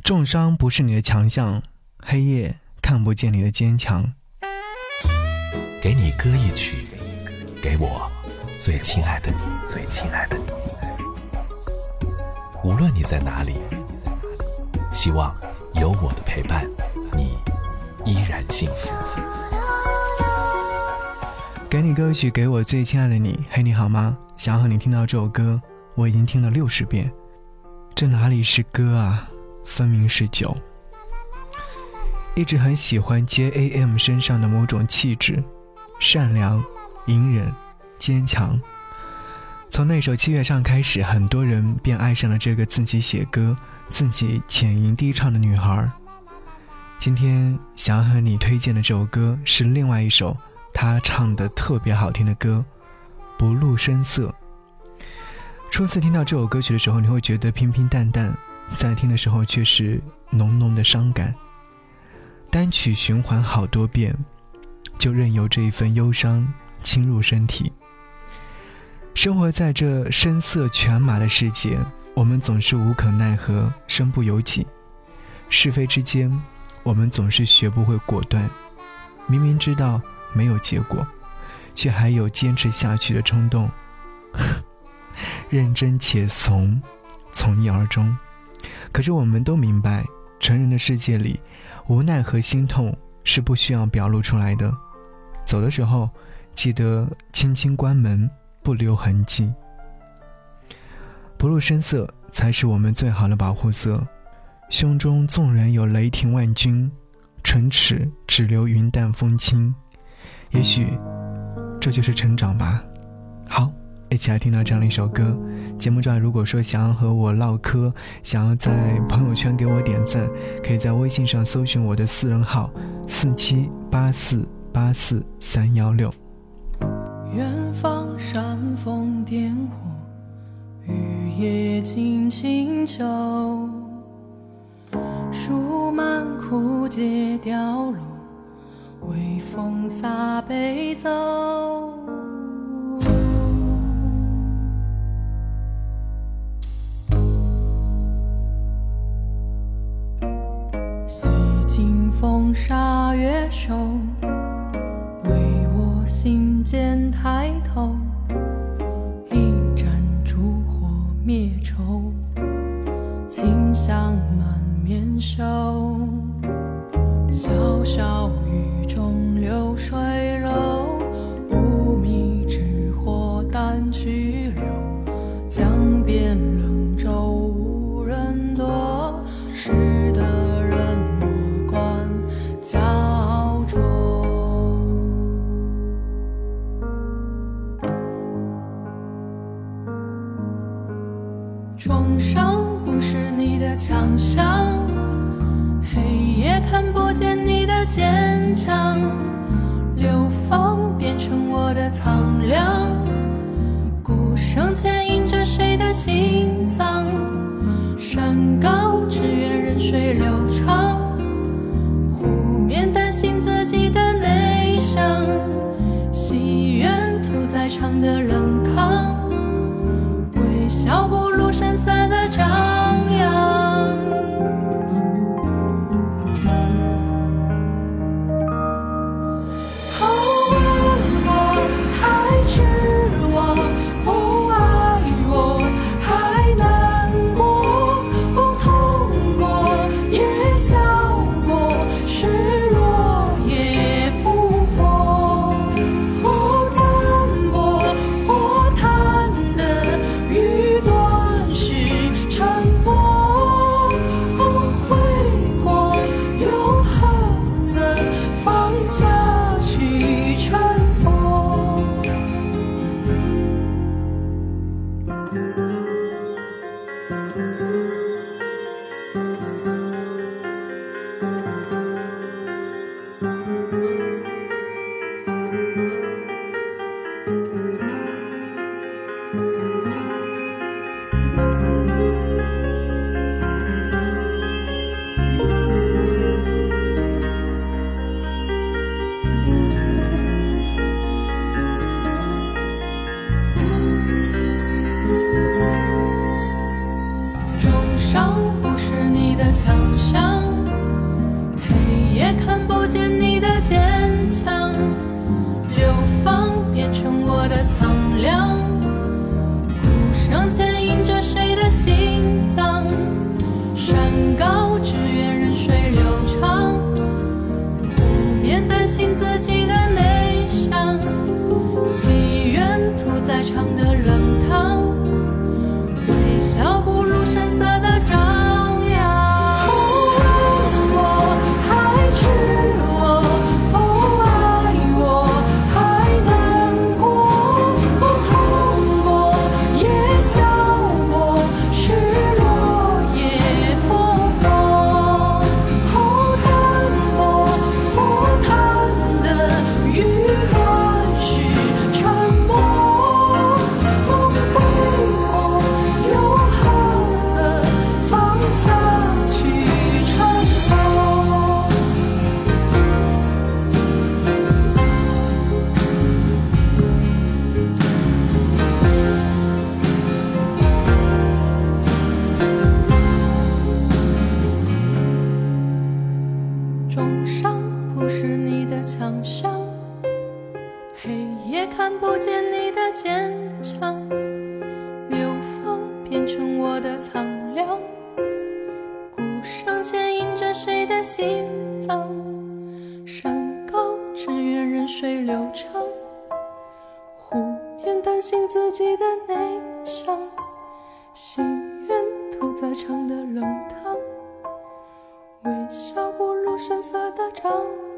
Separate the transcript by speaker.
Speaker 1: 重伤不是你的强项，黑夜看不见你的坚强。
Speaker 2: 给你歌一曲，给我最亲爱的你，最亲爱的你。无论你在哪里，希望有我的陪伴，你依然幸福。
Speaker 1: 给你歌曲，给我最亲爱的你。嘿，你好吗？想要和你听到这首歌，我已经听了60遍。这哪里是歌啊，分明是酒。一直很喜欢 JAM 身上的某种气质，善良、隐忍、坚强。从那首7月上开始，很多人便爱上了这个自己写歌、自己浅吟低唱的女孩。今天想要和你推荐的这首歌是另外一首她唱的特别好听的歌，不露声色。初次听到这首歌曲的时候，你会觉得平平淡淡，在听的时候却是浓浓的伤感。单曲循环好多遍，就任由这一份忧伤侵入身体。生活在这声色犬马的世界，我们总是无可奈何，身不由己。是非之间，我们总是学不会果断。明明知道没有结果，却还有坚持下去的冲动。认真且从一而终。可是我们都明白，成人的世界里，无奈和心痛是不需要表露出来的。走的时候，记得轻轻关门，不留痕迹。不露声色才是我们最好的保护色。胸中纵然有雷霆万钧，唇齿只留云淡风轻。也许这就是成长吧。好，一起来听到这样的一首歌。节目中如果说想要和我唠嗑，想要在朋友圈给我点赞，可以在微信上搜寻我的私人号4784844316。
Speaker 3: 远方煽风点火，雨夜惊清秋，树满枯竭凋落，微风洒悲奏。洗尽风沙月瘦，为我心间抬头，一盏烛火灭愁，清香满面袖。小小雨中流水柔，无米之火淡去流，江边冷舟无人躲，识得人莫管焦灼。重伤不是你的强项，黑夜看不见你的坚强，流放变成我的苍凉，鼓声牵引着谁的心脏，山高只愿任水流长，湖面担心自己的内伤，戏院屠宰场的冷炕，微笑不露声色的张扬。
Speaker 4: 不痛
Speaker 3: 山高只愿人水流长，不免担心自己的内伤，惜缘屠宰场的冷汤，微笑不如声色的张扬。不问我还知我，不爱我还难过，不痛过也笑过，失落也复活。淡薄不谈的与乱世沉默，梦回过又何则放下去成佛。重伤不是你的强项，黑夜看不见你的坚强，流放变成我的苍凉，鼓声牵引着谁的心脏，山高只愿人水流长，湖面担心自己的内伤，惜缘屠宰场的冷汤，微笑不如声色的张